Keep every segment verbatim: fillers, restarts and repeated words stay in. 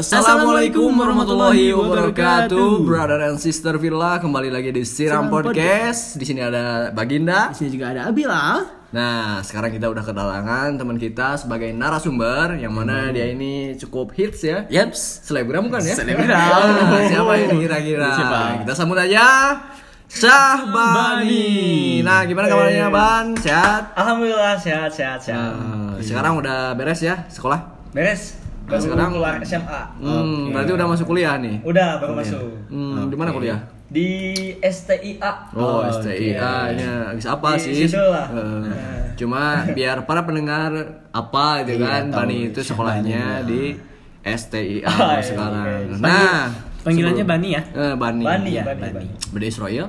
Assalamualaikum warahmatullahi wabarakatuh, brother and sister Villa, kembali lagi di Siram Podcast. Di sini ada Baginda, di sini juga ada Abila. Nah, sekarang kita udah kedatangan teman kita sebagai narasumber, yang mana hmm. dia ini cukup hits ya. Yaps, selebgram bukan ya? Selebgram. Nah, siapa ini kira-kira? Siapa? Kita sambut aja Syahbani. Nah, gimana kabarnya, Ban? Sehat? Alhamdulillah sehat, sehat, sehat. Nah, sekarang udah beres ya sekolah? Beres. Nah, sekarang keluar S M A. Hmm, okay. Berarti udah masuk kuliah nih? Udah, baru kuliah. masuk. Hmm, okay. Di mana kuliah? Di S T I A. Oh, S T I A-nya habis apa di sih? Lah. Uh, nah. Cuma biar para pendengar apa gitu kan, iya, Bani itu sekolahnya di S T I A oh, sekarang. Iya, iya. Nah, panggilannya Bani ya? Eh, Bani. Bani, ya, Bani, Bani. Bani Israel.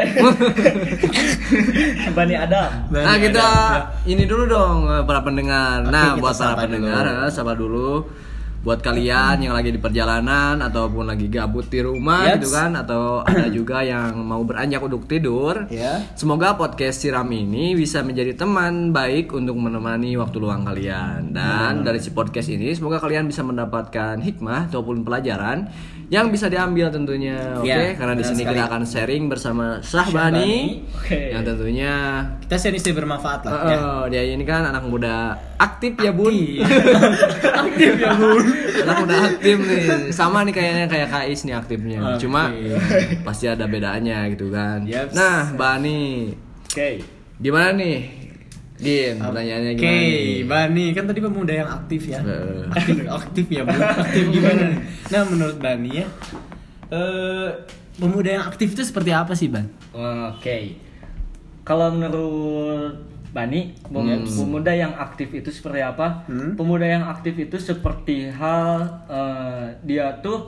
Bani Adam. Bani nah, kita Adam. Ini dulu dong para pendengar. Oke, nah, buat para pendengar, dulu. sabar dulu. Buat kalian yang lagi di perjalanan ataupun lagi gabut di rumah yes. gitu kan, atau ada juga yang mau beranjak untuk tidur, yeah. semoga podcast Siram ini bisa menjadi teman baik untuk menemani waktu luang kalian. Dan hmm. dari si podcast ini semoga kalian bisa mendapatkan hikmah ataupun pelajaran yang bisa diambil tentunya, oke? Okay? Yeah, karena di sini kita akan sharing bersama Syahbani, okay. yang tentunya kita sharing istri bermanfaat lah. Uh, ya. Dia ini kan anak muda aktif ya bun, aktif ya bun. Anak muda aktif nih, sama nih kayaknya kayak Kais nih aktifnya, okay. cuma pasti ada bedanya gitu kan. Yep. Nah, Bani, oke, okay. gimana nih? Gin, pertanyaannya gimana? Oke, okay, Bani kan tadi pemuda yang aktif ya. Uh. Aktif, aktif ya, Bu. Aktif gimana? Nah, menurut Bani ya, uh, pemuda yang aktif itu seperti apa sih, Ban? Oke, okay. Kalau menurut Bani, hmm. pemuda yang aktif itu seperti apa? Hmm? Pemuda yang aktif itu seperti hal uh, dia tuh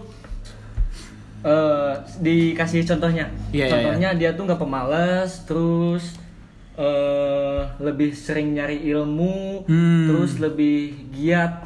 uh, dikasih contohnya. Yeah, contohnya yeah, yeah. dia tuh nggak pemalas, terus Uh, lebih sering nyari ilmu, hmm. terus lebih giat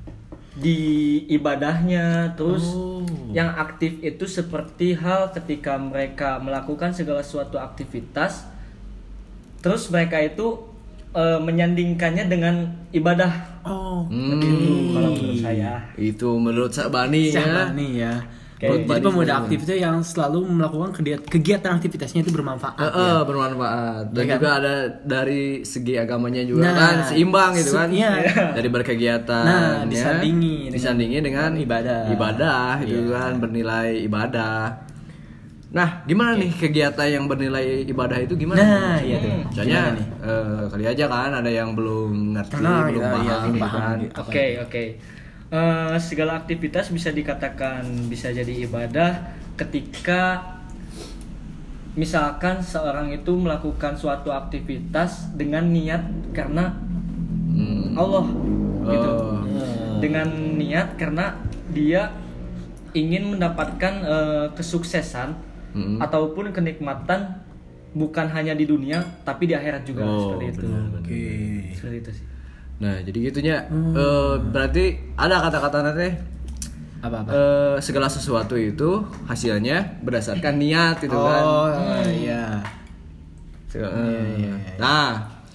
di ibadahnya, terus oh. yang aktif itu seperti hal ketika mereka melakukan segala suatu aktivitas, terus mereka itu uh, menyandingkannya dengan ibadah. Oh, hmm. itu kalau menurut saya. Itu menurut Syahbani ya. Syahbani ya. Okay. Jadi pemuda aktif itu yang selalu melakukan kegiatan aktivitasnya itu bermanfaat. Uh, uh, ya? Bermanfaat. Dan ya, juga kan? Ada dari segi agamanya juga nah, kan seimbang gitu kan. Iya. Dari berkegiatan. Nah, disandingi, disandingi dengan, dengan ibadah. Ibadah itu yeah. kan bernilai ibadah. Nah, gimana okay. nih kegiatan yang bernilai ibadah itu gimana? Nah, iya tuh. Misalnya uh, kali aja kan ada yang belum ngerti, nah, belum ya, paham, ya, paham. Oke, oke. Uh, segala aktivitas bisa dikatakan bisa jadi ibadah ketika misalkan seorang itu melakukan suatu aktivitas dengan niat karena hmm. Allah gitu, oh. dengan niat karena dia ingin mendapatkan uh, kesuksesan hmm. ataupun kenikmatan bukan hanya di dunia tapi di akhirat juga. Oh, seperti itu. Oke. Seperti itu sih. Nah, jadi gitunya. Hmm. Uh, berarti ada kata-kata nanti apa-apa? Uh, segala sesuatu itu hasilnya berdasarkan niat itu oh, kan. Oh, iya. Segala, uh, iya, iya, iya. Nah,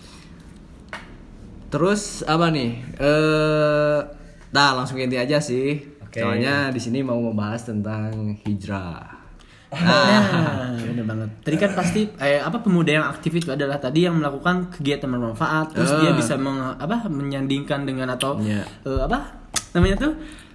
terus apa nih? Uh, nah, langsung inti aja sih. Okay. Soalnya di sini mau membahas tentang hijrah. Nah, bener banget. Tadi kan pasti eh, apa pemuda yang aktif itu adalah tadi yang melakukan kegiatan bermanfaat, terus uh. dia bisa meng, apa menyandingkan dengan atau yeah. uh, apa namanya tuh?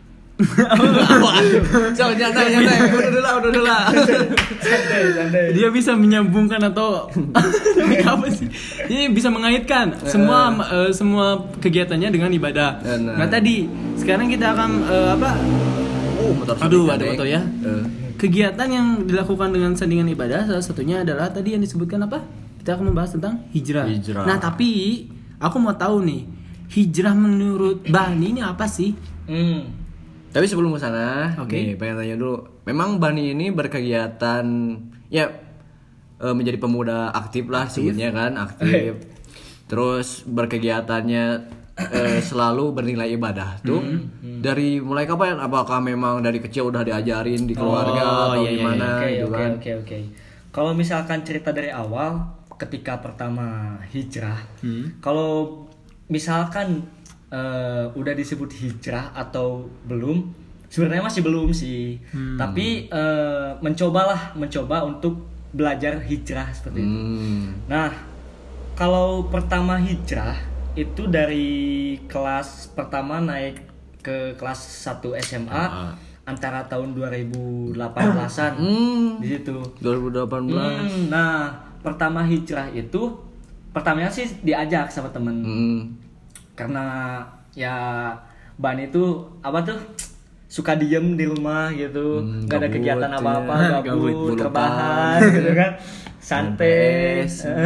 Jangan jangan jangan, udah dulu, udah dulu. Dia bisa menyambungkan atau apa sih? Dia bisa mengaitkan semua uh, semua kegiatannya dengan ibadah. Nah, nah tadi sekarang kita akan uh, apa? Oh, motor aduh, ada motor ya. Uh. Kegiatan yang dilakukan dengan sandingan ibadah salah satunya adalah tadi yang disebutkan apa? Kita akan membahas tentang hijrah. hijrah. Nah, tapi aku mau tahu nih, hijrah menurut Bani ini apa sih? Hmm. Tapi sebelum ke sana, okay. nih pengen tanya dulu. Memang Bani ini berkegiatan ya e, menjadi pemuda aktif lah sebetulnya kan, aktif. Terus berkegiatannya Eh, selalu bernilai ibadah tuh hmm, hmm. dari mulai kapan? Apakah memang dari kecil udah diajarin di keluarga oh, atau iya, gimana iya. gitu okay, kan? Oke okay, oke okay. Kalau misalkan cerita dari awal ketika pertama hijrah, hmm. kalau misalkan uh, udah disebut hijrah atau belum, sebenarnya masih belum sih. Hmm. Tapi uh, mencobalah mencoba untuk belajar hijrah seperti itu. Hmm. Nah, kalau pertama hijrah itu dari kelas pertama naik ke kelas satu S M A. Uh. Antara tahun dua ribu delapan belasan hmm. di situ. dua ribu delapan belas. Hmm, nah, pertama hijrah itu pertamanya sih diajak sama temen. Hmm. Karena ya Ban itu apa tuh? Suka diem di rumah gitu, hmm, gak ada kegiatan apa-apa, ya. gabut, rebahan gitu kan. Santai.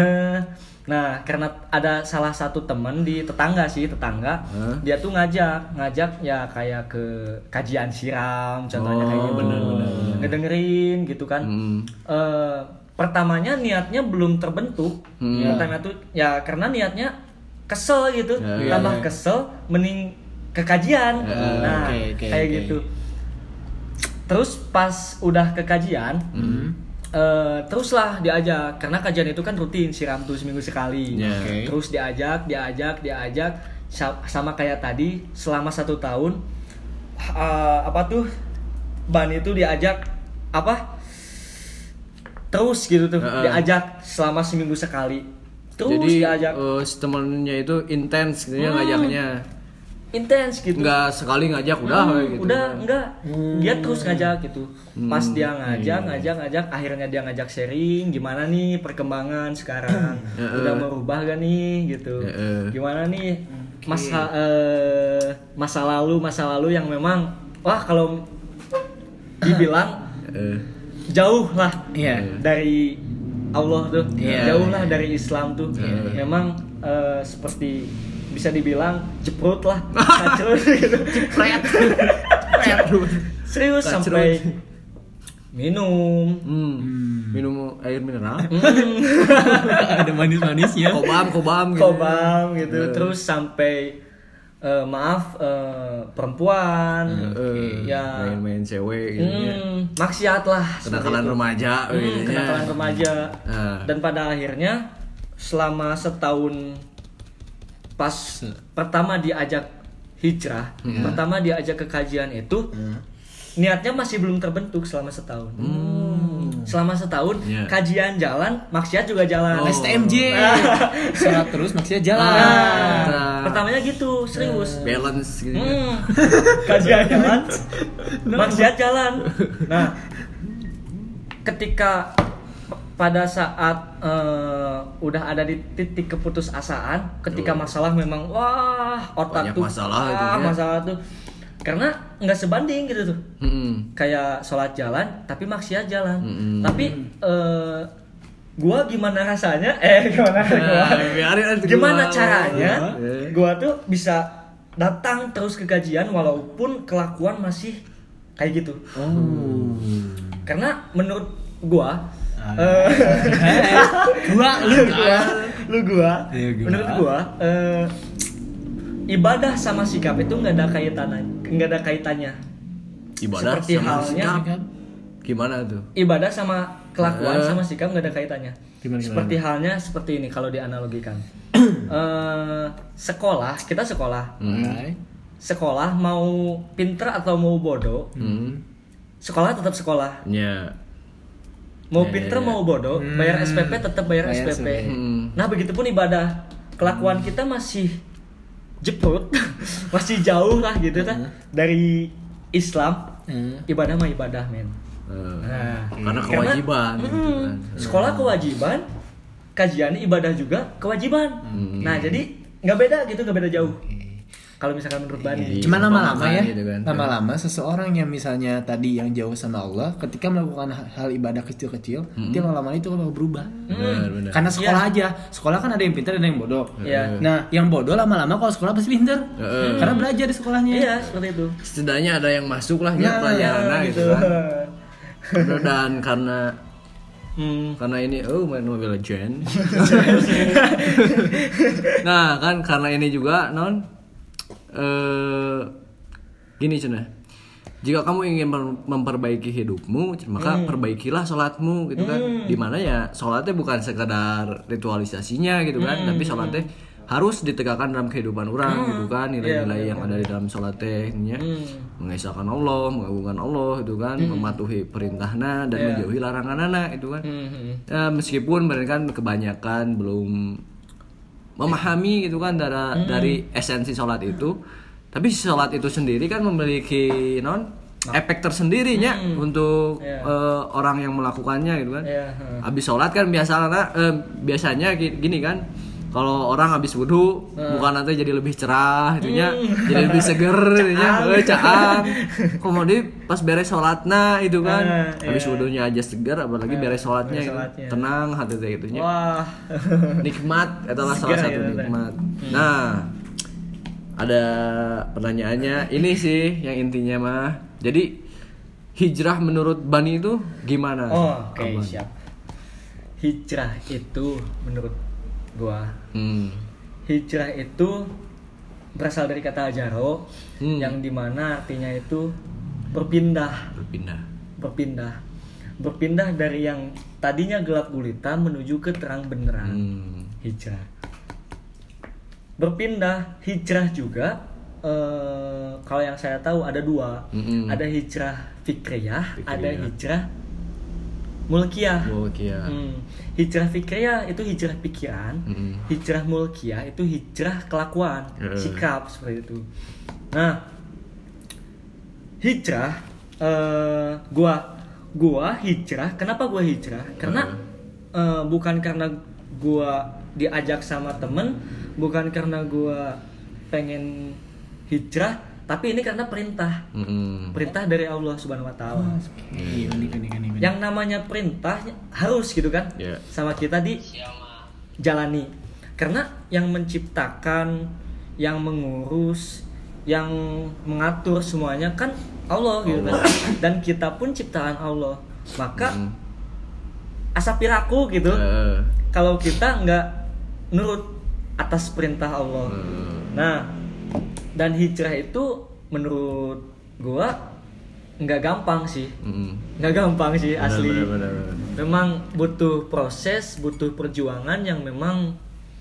Nah, karena ada salah satu temen di tetangga sih, tetangga, huh? Dia tuh ngajak, ngajak ya kayak ke kajian siram, contohnya oh, kayak gitu, bener-bener ngedengerin gitu kan. Hmm. Uh, pertamanya niatnya belum terbentuk, hmm. pertama tuh ya karena niatnya kesel gitu, yeah, tambah yeah. kesel, mending ke kajian, yeah, nah okay, okay, kayak okay. gitu. Terus pas udah ke kajian. Hmm. Uh, teruslah diajak karena kajian itu kan rutin siram tuh seminggu sekali. Yeah. Okay. Terus diajak, diajak, diajak sama kayak tadi selama satu tahun uh, apa tuh Ban itu diajak apa terus gitu tuh uh-uh. diajak selama seminggu sekali. Terus jadi, diajak. Uh, temennya itu intens gitu ya hmm. ngajaknya. Intens gitu. Enggak sekali ngajak udah hmm, gitu. Udah enggak. Hmm. Dia terus ngajak gitu. Hmm. Pas dia ngajak, ngajak, ngajak, akhirnya dia ngajak sharing gimana nih perkembangan sekarang. Udah merubah gak nih gitu. Gimana nih masa uh, masa lalu, masa lalu yang memang wah kalau dibilang jauh lah yeah. dari Allah tuh. Yeah. Jauh lah dari Islam tuh. Yeah. Memang uh, seperti bisa dibilang jeprut lah, kacrut gitu, jepret, serius kacrut. Sampai minum, hmm. minum air mineral, ada manis-manisnya, kobam, kobam, gitu. kobam gitu, yeah. Terus sampai uh, maaf uh, perempuan, uh, ya main-main cewek, gitu hmm, ya. Maksiat lah, kenakalan remaja, hmm, kenakalan remaja, uh. Dan pada akhirnya selama setahun pas pertama diajak hijrah, hmm. pertama diajak ke kajian itu, hmm. niatnya masih belum terbentuk selama setahun. Hmm. Selama setahun, yeah. kajian jalan, maksiat juga jalan. Oh. S T M J, sholat terus, maksiat jalan. Nah, nah. Pertamanya gitu, serius. Balance gitu. Hmm. Kajian jalan, maksiat jalan. Nah, ketika pada saat uh, udah ada di titik keputusasaan, ketika masalah memang wah otak banyak tuh masalah wah, itu ya. masalah tuh karena nggak sebanding gitu tuh, mm-hmm. kayak sholat jalan tapi maksiat jalan, mm-hmm. tapi uh, gua gimana rasanya, eh gimana gua, gimana caranya, gua tuh bisa datang terus ke kajian walaupun kelakuan masih kayak gitu, oh. Karena menurut gua Uh, gua lu gua lu gua menurut gua uh, ibadah sama sikap itu nggak ada kaitannya nggak ada kaitannya ibadah seperti sama halnya sikap gimana tuh ibadah sama kelakuan uh, sama sikap nggak ada kaitannya gimana, seperti gimana? halnya seperti ini kalau dianalogikan uh, sekolah kita sekolah hmm. sekolah mau pinter atau mau bodoh hmm. sekolah tetap sekolah yeah. Mau yeah, pinter yeah, yeah. mau bodoh, hmm. bayar S P P tetap bayar, bayar S P P. Hmm. Nah begitupun ibadah, kelakuan hmm. kita masih jeprut, masih jauh lah gitu kan hmm. dari Islam. Hmm. Ibadah mah ibadah men. Uh, nah, karena kewajiban. Karena, gitu kan. Sekolah kewajiban, kajian ibadah juga kewajiban. Hmm. Nah jadi nggak beda gitu, nggak beda jauh. Kalau misalkan menurut Bani, cuma lama-lama ya, gitu kan. Lama-lama seseorang yang misalnya tadi yang jauh sama Allah, ketika melakukan hal ibadah kecil-kecil, hmm. dia lama-lama itu bakal berubah. Hmm. Karena sekolah yeah. aja, sekolah kan ada yang pintar, ada yang bodoh. Yeah. Nah, yang bodoh lama-lama kalau sekolah pasti pintar, hmm. karena belajar di sekolahnya. Iya, seperti itu. Setidaknya ada yang masuk lah ya pelajarannya ya, gitu kan. Dan karena Hmm. karena ini oh main Mobile Legends. Nah kan karena ini juga non. Uh, gini cina, jika kamu ingin memperbaiki hidupmu, maka hmm. perbaikilah sholatmu gitu kan. Hmm. Dimana ya sholatnya bukan sekedar ritualisasinya gitu kan, hmm. tapi sholatnya harus ditegakkan dalam kehidupan orang hmm. gitu kan, nilai-nilai yeah, yang ada di dalam sholat teh hmm. mengesahkan Allah, mengagungkan Allah itu kan, hmm. mematuhi perintahnya dan yeah. menjauhi larangannya itu kan. Hmm. Ya, meskipun mereka kan kebanyakan belum memahami gitu kan dari, hmm. dari esensi sholat itu, tapi sholat itu sendiri kan memiliki non efek tersendirinya hmm. untuk yeah. uh, orang yang melakukannya gitu kan. Yeah. Hmm. Habis sholat kan biasanya uh, biasanya gini kan. Kalau orang habis wudu, uh. bukan nanti jadi lebih cerah, itunya, mm. jadi lebih seger, itunya, eh caang. Kemudian pas beres sholatnya itu kan, uh, habis yeah. wudunya aja seger, apalagi uh, beres sholatnya, beres sholatnya. Gitu. Tenang hati itunya. Wah, nikmat, itulah salah satu ya, nikmat. Hmm. Nah, ada pertanyaannya, ini sih yang intinya mah. Jadi hijrah menurut Bani itu gimana? Oh, oke okay, siap. Hijrah itu menurut gua hmm. hijrah itu berasal dari kata jaro hmm. yang dimana artinya itu berpindah berpindah berpindah berpindah dari yang tadinya gelap gulita menuju ke terang benderang. hmm. Hijrah berpindah hijrah juga eh, kalau yang saya tahu ada dua. hmm. Ada hijrah fikriyah, fikriyah, ada hijrah mulkiyah. Mulkiyah. Hmm. Hijrah fikriyah itu hijrah pikiran, hmm. hijrah mulkiyah itu hijrah kelakuan, uh. sikap seperti itu. Nah, hijrah, uh, gua, gua hijrah. Kenapa gua hijrah? Karena uh. Uh, bukan karena gua diajak sama temen, bukan karena gua pengen hijrah. Tapi ini karena perintah, mm-hmm. perintah dari Allah Subhanahu Wa Taala. Oh, okay. mm. Yang namanya perintah harus gitu kan, yeah. sama kita dijalani. Karena yang menciptakan, yang mengurus, yang mengatur semuanya kan Allah gitu kan. Dan kita pun ciptaan Allah. Maka mm. asapiraku gitu. Uh. Kalau kita nggak nurut atas perintah Allah. Uh. Nah. Dan hijrah itu menurut gua nggak gampang sih, mm. nggak gampang sih benar, asli. Benar, benar, benar. Memang butuh proses, butuh perjuangan yang memang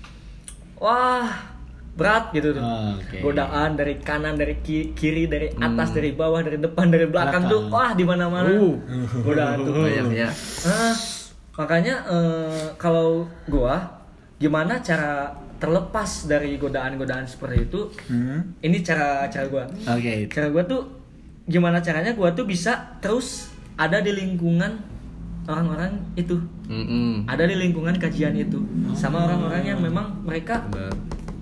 wah berat gitu tuh. Oh, okay. Godaan dari kanan, dari kiri, dari atas, mm. dari bawah, dari depan, dari belakang, belakang. Tuh wah di mana-mana. Uh. Godaan tuh banyak ya. Nah, makanya uh, kalau gua gimana cara terlepas dari godaan-godaan seperti itu, hmm. ini cara cara gue. Oke. Okay. Cara gue tuh gimana caranya gue tuh bisa terus ada di lingkungan orang-orang itu, mm-hmm. ada di lingkungan kajian itu, oh. sama orang-orang yang memang mereka benar.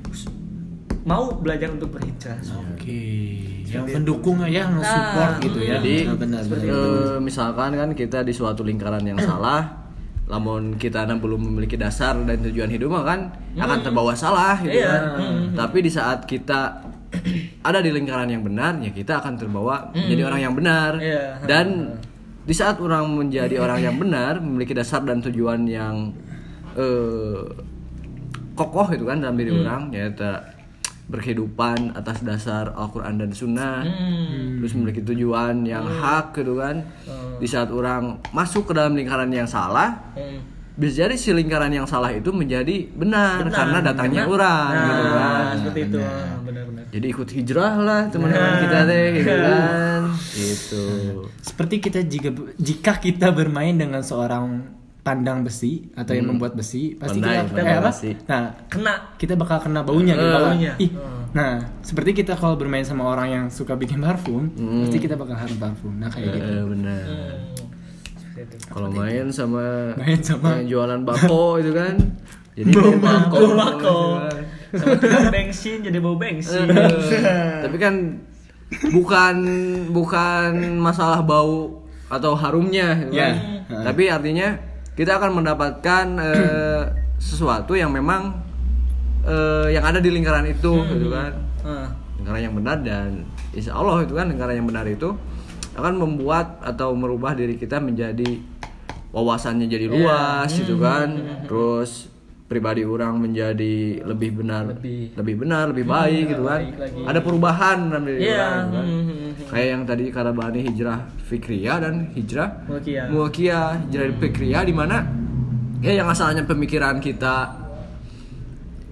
Mau belajar untuk berhijrah. Oke. Okay. Yang mendukung ya, yang support nah, gitu ya. Jadi benar, benar, uh, misalkan kan kita di suatu lingkaran yang salah. Lamun kita belum memiliki dasar dan tujuan hidup kan hmm. akan terbawa salah gitu yeah. kan. Hmm. Tapi di saat kita ada di lingkaran yang benar, ya kita akan terbawa hmm. menjadi orang yang benar. Yeah. Dan di saat orang menjadi orang yang benar, memiliki dasar dan tujuan yang uh, kokoh itu kan dalam diri hmm. orang, ya kita berkehidupan atas dasar Al-Quran dan Sunnah, hmm. terus memiliki tujuan yang hmm. hak gitu kan. hmm. Di saat orang masuk ke dalam lingkaran yang salah, hmm. bisa jadi si lingkaran yang salah itu menjadi benar, benar karena datangnya benar. Orang nah, gitu kan. Seperti itu, benar-benar. Jadi ikut hijrah lah teman-teman nah. kita deh gitu kan. Gitu. Seperti kita jika jika kita bermain dengan seorang pandang besi atau yang hmm. membuat besi pasti pandai, kita kayak apa? Nah, kena kita bakal kena baunya uh, gitu. Baunya. Ih. Uh. Nah, seperti kita kalau bermain sama orang yang suka bikin parfum, hmm. pasti kita bakal harum parfum. Nah, kayak uh, gitu. Benar. Hmm. Kalau main itu. sama main sama yang jualan bako itu kan. Jadi bau bako, bako. Sama tukang bensin jadi bau bensin. Uh, tapi kan bukan bukan masalah bau atau harumnya gitu yeah. kan. Uh. Tapi artinya kita akan mendapatkan uh, sesuatu yang memang uh, yang ada di lingkaran itu hmm. gitu kan. Uh. Lingkaran yang benar dan insya Allah itu kan lingkaran yang benar itu akan membuat atau merubah diri kita menjadi wawasannya jadi luas yeah. gitu kan. Hmm. Terus pribadi orang menjadi lebih benar, lebih, lebih benar, lebih baik hmm, gitu kan. Lagi. Ada perubahan dalam diri yeah. orang gitu kan. Hmm. Kayak yang tadi kata Bani hijrah fikriyah dan hijrah mulkiyah. Hijrah fikriyah di mana ya yang asalnya pemikiran kita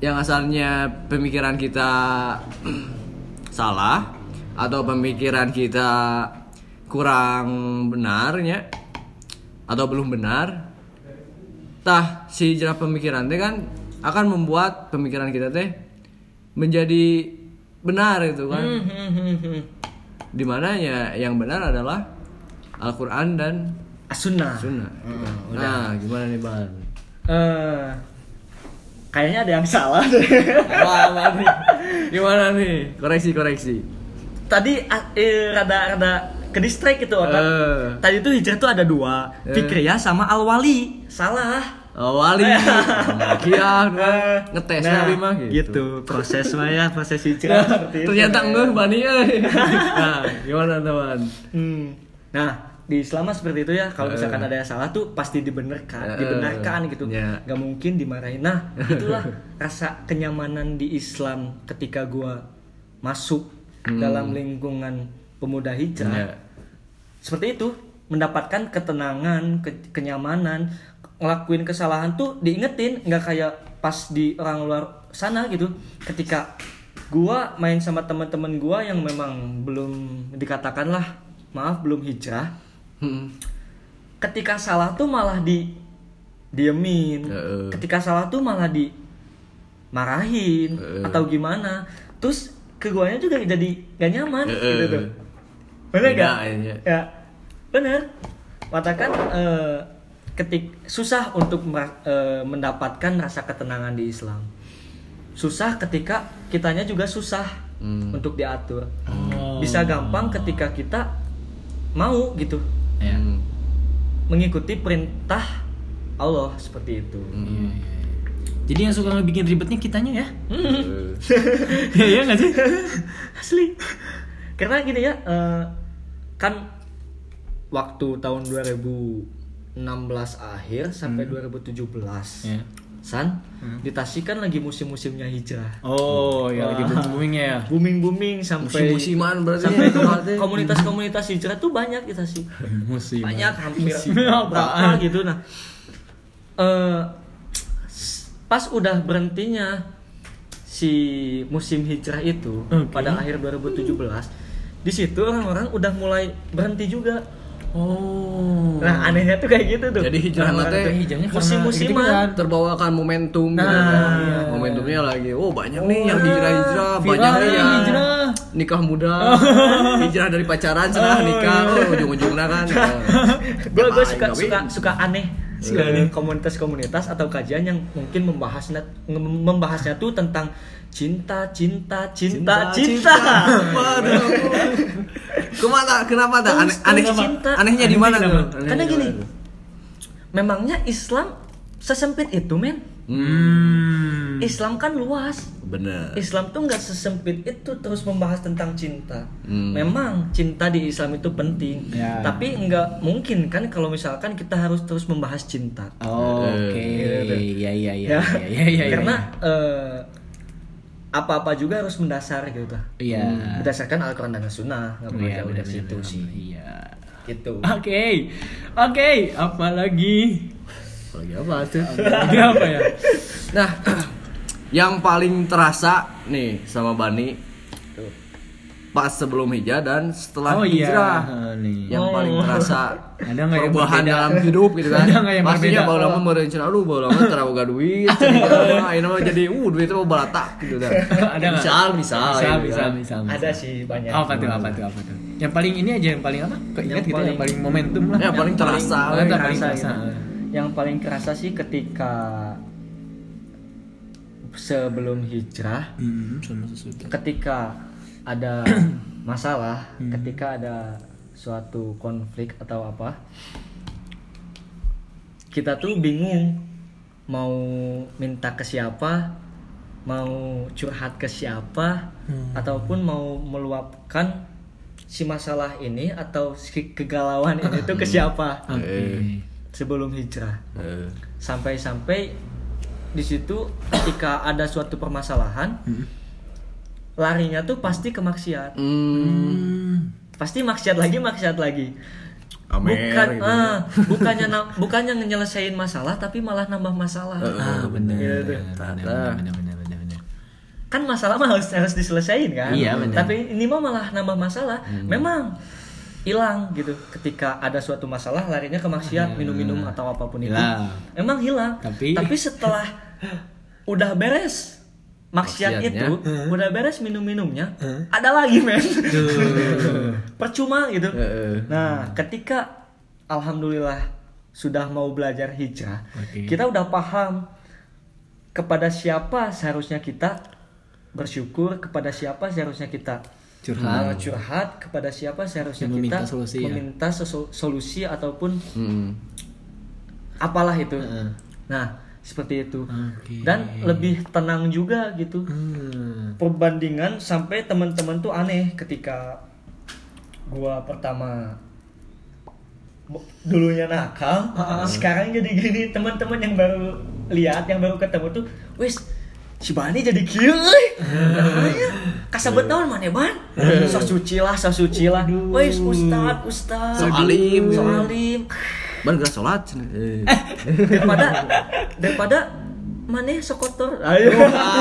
yang asalnya pemikiran kita salah atau pemikiran kita kurang benarnya atau belum benar, tah si hijrah pemikiran teh kan akan membuat pemikiran kita teh menjadi benar itu kan. Dimana ya yang benar adalah Al-Quran dan As-Sunnah. Sunnah. Hmm, nah, gimana nih Bang? Uh, kayaknya ada yang salah deh. Wah, nih. Gimana nih? Koreksi koreksi. Tadi eh, rada rada ke distract itu otak. Uh. Tadi tuh hijrah tuh ada dua, uh. Fikriyah sama Al-Wali. Salah. Al-Wali. Makiyah ngetes nah, nabi mah gitu. Gitu. Proses mah ya, proses hijrah seperti itu. Ternyata enggak Bani euy. Nah, gimana teman? Hmm. Nah, di Islam seperti itu ya, kalau misalkan ada yang salah tuh pasti dibenarkan, uh, dibenarkan gitu, yeah. Gak mungkin dimarahin. Nah, itulah rasa kenyamanan di Islam ketika gua masuk hmm. dalam lingkungan pemuda hijrah. Yeah. Seperti itu, mendapatkan ketenangan, ke- kenyamanan, ngelakuin kesalahan tuh diingetin, nggak kayak pas di orang luar sana gitu. Ketika gua main sama teman-teman gua yang memang belum dikatakan lah, maaf belum hijrah. Hmm. Ketika salah tuh malah di diemin, uh. ketika salah tuh malah di marahin uh. atau gimana, terus ke guanya juga jadi gak nyaman, uh. gitu tuh, bener gak? Ya, ya. Bener. Katakan uh, ketik susah untuk uh, mendapatkan rasa ketenangan di Islam, susah ketika kitanya juga susah hmm. untuk diatur, oh. Bisa gampang ketika kita mau gitu. Ya. Mengikuti perintah Allah seperti itu. Hmm. Jadi yang suka ngebikin ribetnya kitanya ya. Ya ya nggak sih? Asli. Karena gini ya, uh, kan waktu tahun dua ribu enam belas akhir sampai hmm. dua ribu tujuh belas. Ya. San, hmm. di Tasik kan lagi musim-musimnya hijrah. Oh, ya lagi booming-boomingnya ya. Booming-booming sampai musim-musiman berarti. Sampai ya, komunitas-komunitas hijrah tuh banyak di Tasik. Musim. Banyak hampir berapa gitu nah. Uh, pas udah berhentinya si musim hijrah itu okay. pada akhir dua ribu tujuh belas, di situ orang-orang udah mulai berhenti juga. Oh. Nah, anehnya tuh kayak gitu tuh. Jadi hijrah teh musim-musiman terbawakan momentum nah, gitu kan. Iya. Momentumnya lagi. Oh, banyak oh, nih yang hijrah-hijrah, banyak nih yang hijrah. Nikah muda. Hijrah dari pacaran setelah nikah, oh, ujung-ujungnya kan. Gue gue suka suka suka aneh sekali komunitas-komunitas atau kajian yang mungkin membahasnya membahasnya tuh tentang cinta, cinta, cinta, cinta. Waduh. Kemana? Kenapa tak? Aneh, aneh cinta. Anehnya di mana tuh? Karena gini, memangnya Islam sesempit itu men? Hmm. Islam kan luas. Bener. Islam tuh nggak sesempit itu terus membahas tentang cinta. Hmm. Memang cinta di Islam itu penting, ya. Tapi nggak mungkin kan kalau misalkan kita harus terus membahas cinta. Oh, oke. Okay. Iya iya iya iya iya. Karena uh, apa-apa juga harus mendasar gitu. Iya. Hmm, berdasarkan Al-Quran dan Sunnah, nggak boleh jauh dari situ sih. Iya. Gitu. Oke, okay. oke. Okay. Apalagi? Apalagi apa tuh? Apalagi apa ya? Nah, yang paling terasa nih sama Bani tuh, pas sebelum hijrah dan setelah oh, hijrah, iya. Nih. Yang oh. paling terasa ada perubahan dalam hidup gitu kan. Pastinya baru lama mau rencana lu baru lama teraboga duit, ini mah jadi uh duit itu balatak gitu kan. Ada misal, misal, misal, gitu misal, kan. misal, misal. Ada sih banyak. Apa tuh, apa tuh, apa tuh? Yang paling ini aja yang paling apa? Keinget gitu yang paling momentum lah. Yang paling terasa, yang paling terasa. Yang paling kerasa sih ketika sebelum hijrah, hmm, sama sesudah. Ketika ada masalah, hmm. ketika ada suatu konflik atau apa, kita tuh bingung mau minta ke siapa, mau curhat ke siapa, hmm. ataupun mau meluapkan si masalah ini atau si kegalauan ini tuh ke siapa. Okay. Sebelum hijrah, uh. sampai-sampai di situ ketika ada suatu permasalahan, hmm. larinya tuh pasti ke maksiat, hmm. pasti maksiat lagi, maksiat lagi. Amer, bukan, gitu. ah, bukannya na- bukannya nyelesain masalah, tapi malah nambah masalah. Uh, ah, benar. Gitu. Benar, benar, benar, benar. kan masalah mah harus harus diselesaikan kan. Iya, benar. Tapi ini mah malah nambah masalah. Hmm. Memang hilang gitu. Ketika ada suatu masalah larinya ke maksiat, minum-minum atau apapun itu. Hilang. Emang hilang. Tapi, Tapi setelah udah beres maksiat itu, uh. udah beres minum-minumnya, uh. ada lagi men. Uh. Percuma gitu. Uh. Nah, ketika alhamdulillah sudah mau belajar hijrah, okay. kita udah paham kepada siapa seharusnya kita bersyukur, kepada siapa seharusnya kita curhat, curhat kepada siapa seharusnya meminta kita solusi, meminta ya? solusi ataupun hmm. apalah itu. Uh. Nah, seperti itu. Okay. Dan lebih tenang juga gitu. Hmm. Perbandingan sampai teman-teman tuh aneh ketika gua pertama dulunya nakal, uh. sekarang jadi gini. Teman-teman yang baru lihat, yang baru ketemu tuh, wis si Bani jadi kieu euy. Kasabet naon maneh ban? Sok suci lah, sok suci lah. Wis ustad, ustad. Sok alim, sok alim. Ban geus salat. Daripada daripada maneh sok kotor. Ayo.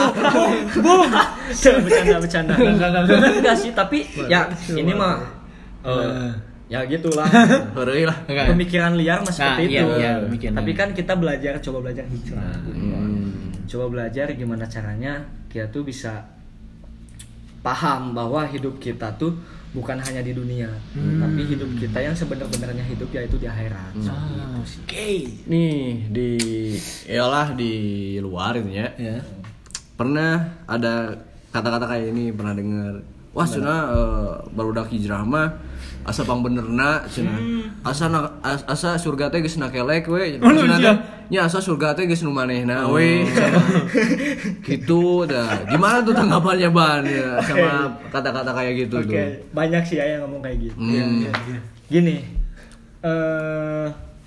Bercanda-bercanda. Enggak sih, tapi ya ini mah uh, ya gitulah. Heureuy lah. Pemikiran liar mah seperti itu. Iya, iya, tapi kan kita belajar, coba belajar hijrah. Hmm. Coba belajar gimana caranya kita tuh bisa paham bahwa hidup kita tuh bukan hanya di dunia, hmm. tapi hidup kita yang sebenarnya hidup yaitu di akhirat. Hmm. Oke. Okay. Nih di iyalah di luar itu ya. Yeah. Pernah ada kata-kata kayak ini, pernah dengar. Wah, cenah uh, barudak hijrah mah asa pang benerna cenah. Hmm. Asa na, as, asa surga teh geus nakelek we. Cenah nya asa surga teh geus nu manehna we. Gitu dah. Gimana tuh tanggapannya Ban ya sama okay. kata-kata kayak gitu okay. tuh? Banyak sih ya yang ngomong kayak gitu. Hmm. Ya, ya, ya. Gini. Eh uh,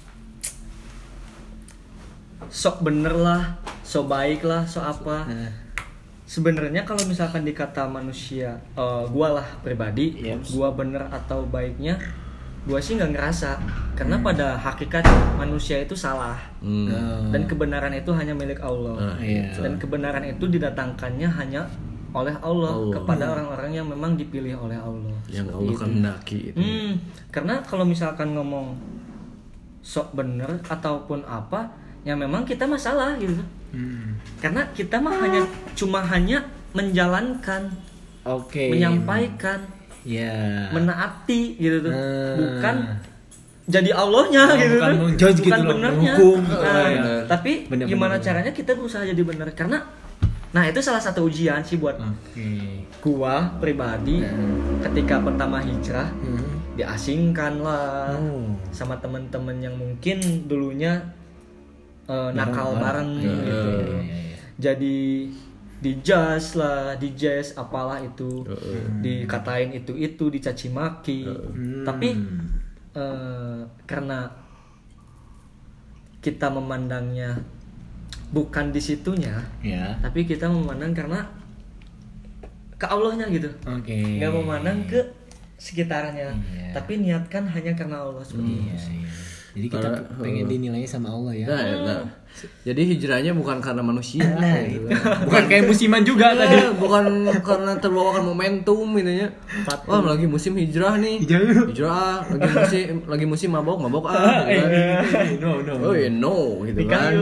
sok bener lah, sok baik lah, sok apa. Hmm. Sebenarnya kalau misalkan dikata manusia, uh, gua lah pribadi, yes. gua bener atau baiknya, gua sih nggak ngerasa, karena hmm. pada hakikat manusia itu salah, hmm. dan kebenaran itu hanya milik Allah, uh, iya. dan kebenaran itu didatangkannya hanya oleh Allah, Allah. kepada orang-orang yang memang dipilih oleh Allah. Yang Allah kehendaki itu. Hmm, karena kalau misalkan ngomong sok bener ataupun apa, ya memang kita masalah gitu. Hmm. Karena kita mah hanya cuma hanya menjalankan, okay. menyampaikan, yeah. menaati gitu tuh, hmm. bukan jadi Allahnya oh, gitu, bukan bukan gitu benernya. Nah, ya. Tapi bener, gimana bener, caranya kita berusaha jadi bener? Karena, nah itu salah satu ujian sih buat okay. gua pribadi hmm. ketika pertama hijrah, hmm. diasingkan lah hmm. sama teman-teman yang mungkin dulunya Uh, nakal bareng, bareng gitu, uh, ya, ya, ya. Jadi di jazz lah, di jazz apalah itu, uh, dikatain itu itu, dicaci maki. Uh, Tapi uh, karena kita memandangnya bukan di situnya, yeah. tapi kita memandang karena ke Allahnya gitu, okay. nggak memandang ke sekitarnya, yeah. tapi niatkan hanya karena Allah seperti yeah, itu. Yeah. Jadi kita Karena, pengen dinilai sama Allah ya. Nah, nah. Jadi hijrahnya bukan karena manusia, nah, gitu. Bukan kayak musiman juga tadi. Bukan karena terbawakan momentum intinya. Wah, lagi musim hijrah nih. Hijrah, hijrah lagi musim lagi musim mabok, mabok ah. Gitu. No, no. Oh, yeah, no gitu kan.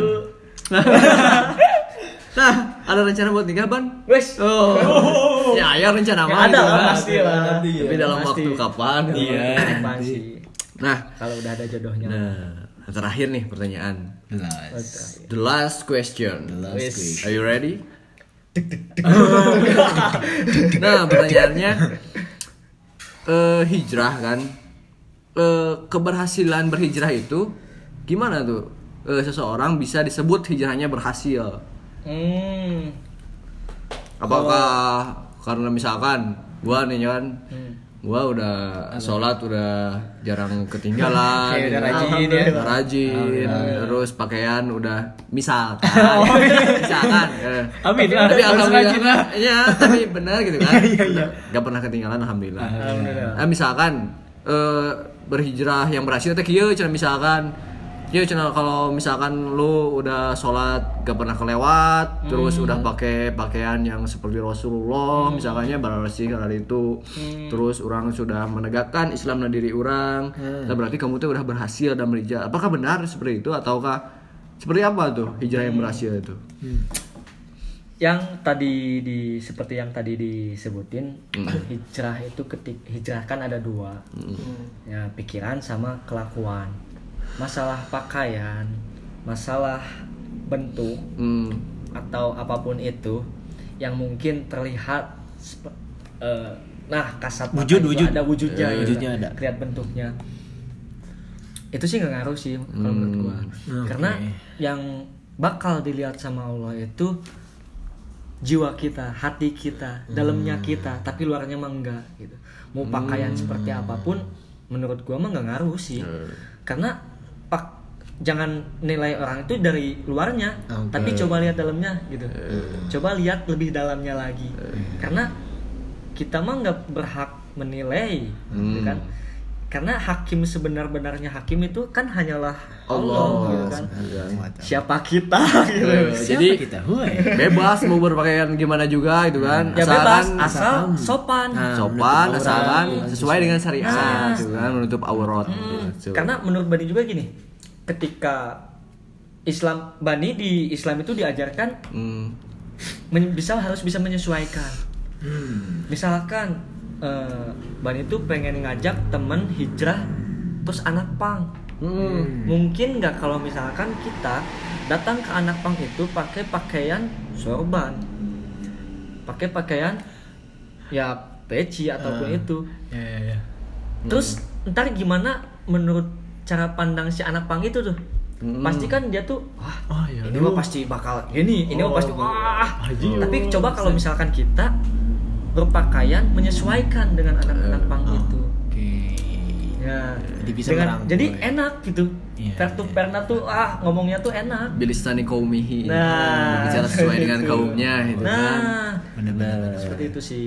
Nah, ada rencana buat nikah, Ban? Wes. Oh. Ya, ya rencana mah. Ada lah pasti lah. Tapi dalam waktu kapan? Iya, pasti. Nah, kalau udah ada jodohnya. Nah, terakhir nih pertanyaan. The last, The last question. The last question. Are you ready? Nah, pertanyaannya uh, hijrah kan. Uh, keberhasilan berhijrah itu gimana tuh? Uh, seseorang bisa disebut hijrahnya berhasil. Hmm. Apakah oh. karena misalkan gua nih kan hmm. gua udah sholat udah jarang ketinggalan, kayak udah rajin ya, udah rajin, terus pakaian udah misalkan, misalkan, amin, tapi alhamdulillah, ya tapi benar gitu kan, nggak pernah ketinggalan alhamdulillah. Alhamdulillah. Nah, misalkan uh, berhijrah yang berhasil teh kieu cenah misalkan Ya channel kalau misalkan lu udah sholat gak pernah kelewat, hmm. terus udah pakai pakaian yang seperti Rasulullah, hmm. misalkannya berarti kali itu, hmm. terus orang sudah menegakkan Islam dan diri orang, hmm. nah berarti kamu tuh udah berhasil dan hijrah. Apakah benar seperti itu ataukah seperti apa tuh hijrah yang berhasil itu? Hmm. Yang tadi di seperti yang tadi disebutin, hmm. hijrah itu ketik hijrah kan ada dua, hmm. ya pikiran sama kelakuan. Masalah pakaian, masalah bentuk hmm. atau apapun itu yang mungkin terlihat uh, nah kasat mata wujud, wujud. ada wujudnya, e, gitu, wujudnya ada. Lihat bentuknya. Itu sih nggak ngaruh sih hmm. kalau menurut gua. Okay. Karena yang bakal dilihat sama Allah itu jiwa kita, hati kita, hmm. dalamnya kita, tapi luarnya mah enggak gitu. Mau pakaian hmm. seperti apapun menurut gua mah nggak ngaruh sih. Hmm. Karena pak jangan nilai orang itu dari luarnya, okay. tapi coba lihat dalamnya gitu. Hmm. Coba lihat lebih dalamnya lagi. Hmm. Karena kita mah nggak berhak menilai, hmm. gitu kan? Karena hakim sebenar-benarnya hakim itu kan hanyalah Allah, Allah gitu kan. Siapa kita gitu. Siapa Jadi kita? Bebas mau berpakaian gimana juga gitu kan. Ya bebas asal sopan. Nah, sopan asalkan sesuai dengan syariat nah, gitu kan, menutup aurat. Hmm, gitu. Karena menurut Bani juga gini, ketika Islam Bani di Islam itu diajarkan hmm. men- bisa harus bisa menyesuaikan. Hmm. Misalkan uh, Bani itu pengen ngajak temen hijrah terus anak pang, hmm. mungkin nggak kalau misalkan kita datang ke anak pang itu pakai pakaian sorban, pakai pakaian ya peci ataupun uh, itu, ya, ya, ya. terus hmm. ntar gimana menurut cara pandang si anak pang itu tuh? Hmm. Pasti kan dia tuh wah oh, ya ini mah pasti bakal gini, ini mah oh, pasti wah. Aduh. Tapi coba kalau misalkan kita berpakaian menyesuaikan dengan anak-anak pang uh, itu. Oke. Okay. Ya. Jadi bisa dengan, jadi enak gitu. Yeah, Pertu yeah. perna tuh ah ngomongnya tuh enak. Bilistani kaumihi. Nah, bicara sesuai dengan kaumnya gitu nah, kan. Benar-benar seperti itu sih.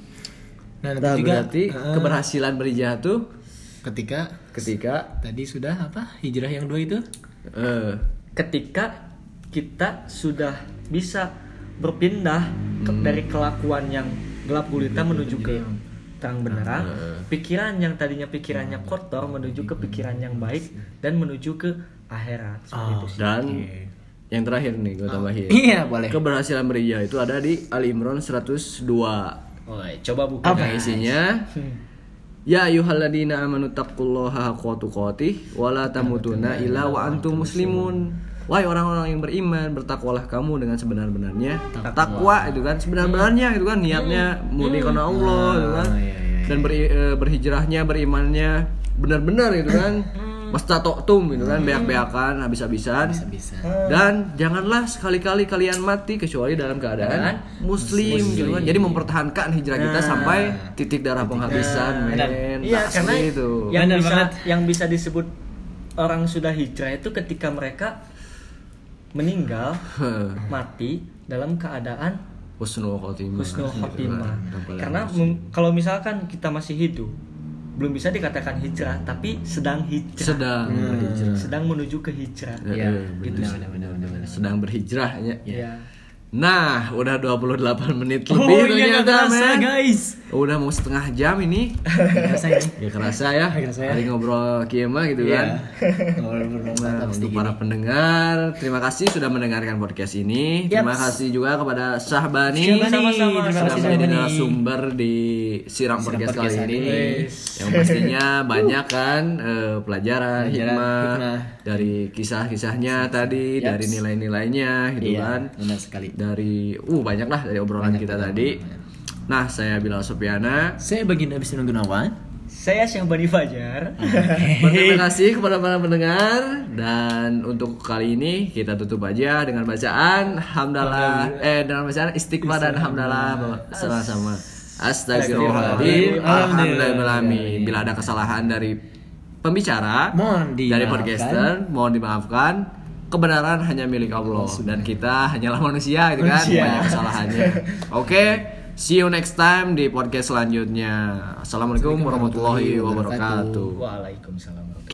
Nah, nah juga berarti uh, keberhasilan berhijrah tuh ketika ketika tadi sudah apa? Hijrah yang dua itu? Uh, ketika kita sudah bisa berpindah ke, hmm. dari kelakuan yang gelap gulita menuju ke terang benderang, pikiran yang tadinya pikirannya kotor menuju ke pikiran yang baik dan menuju ke akhirat. Seperti oh, itu sih. Dan yang terakhir nih gue tambahin. Oh, iya, boleh. Keberhasilan berhijrah itu ada di Ali Imran seratus dua. Oh, coba buka. Apa isinya? Ya ayyuhalladzina amanu taqullaha haqqa tuqatih wa la tamutunna illa wa antum muslimun. Wahai orang-orang yang beriman, bertakwalah kamu dengan sebenar-benarnya. Takwa itu kan sebenar-benarnya itu kan niatnya murni karena Allah itu kan. Dan ber, berhijrahnya, berimannya benar-benar itu kan. Mastatoktum itu kan, beak-beakan habis-habisan. Dan janganlah sekali-kali kalian mati kecuali dalam keadaan muslim gitu kan. Jadi mempertahankan hijrah kita sampai titik darah penghabisan, men. Iya, karena itu. Yang bisa yang bisa disebut orang sudah hijrah itu ketika mereka meninggal mati dalam keadaan husnul khotimah. Husnul khotimah. Karena m- kalau misalkan kita masih hidup belum bisa dikatakan hijrah, tapi sedang hijrah. Sedang hmm. berhijrah. Sedang menuju ke hijrah. Ya, gitu. Benar, benar, benar, benar. Sedang berhijrah ya. Ya. Nah, udah dua puluh delapan menit oh, lebih iya, ternyata, kerasa, guys. Udah mau setengah jam ini. Kerasa ya. Ya kerasa ya. Kerasa ya. Hari ngobrol kiema gitu yeah. kan. Ngobrol nah, untuk para pendengar, terima kasih sudah mendengarkan podcast ini. Yep. Terima kasih juga kepada Syahbani sama-sama sudah menjadi narasumber di Siram Podcast kali ini. Yes. Yang pastinya banyak kan uh, pelajaran, hikmah, hikmah dari kisah-kisahnya tadi, yes. dari nilai-nilainya gitu yeah, kan. Benar sekali. Dari uh banyak lah dari obrolan banyak kita tadi. Nah, saya Bilal Sopiana. Saya Baginda Bisnu Gunawan. Saya Syahbani Fajar. Terima kasih kepada para pendengar. Dan untuk kali ini kita tutup aja dengan bacaan hamdalah eh dengan bacaan istighfar dan hamdalah sama-sama. Astagfirullahaladzim. Alhamdulillahirobbilalamin. Bila ada kesalahan dari pembicara, mohon dari podcaster, mohon dimaafkan. Kebenaran hanya milik Allah dan kita hanyalah manusia gitu kan, banyak kesalahannya. Oke, okay, see you next time di podcast selanjutnya. Assalamualaikum warahmatullahi wabarakatuh. Waalaikumsalam.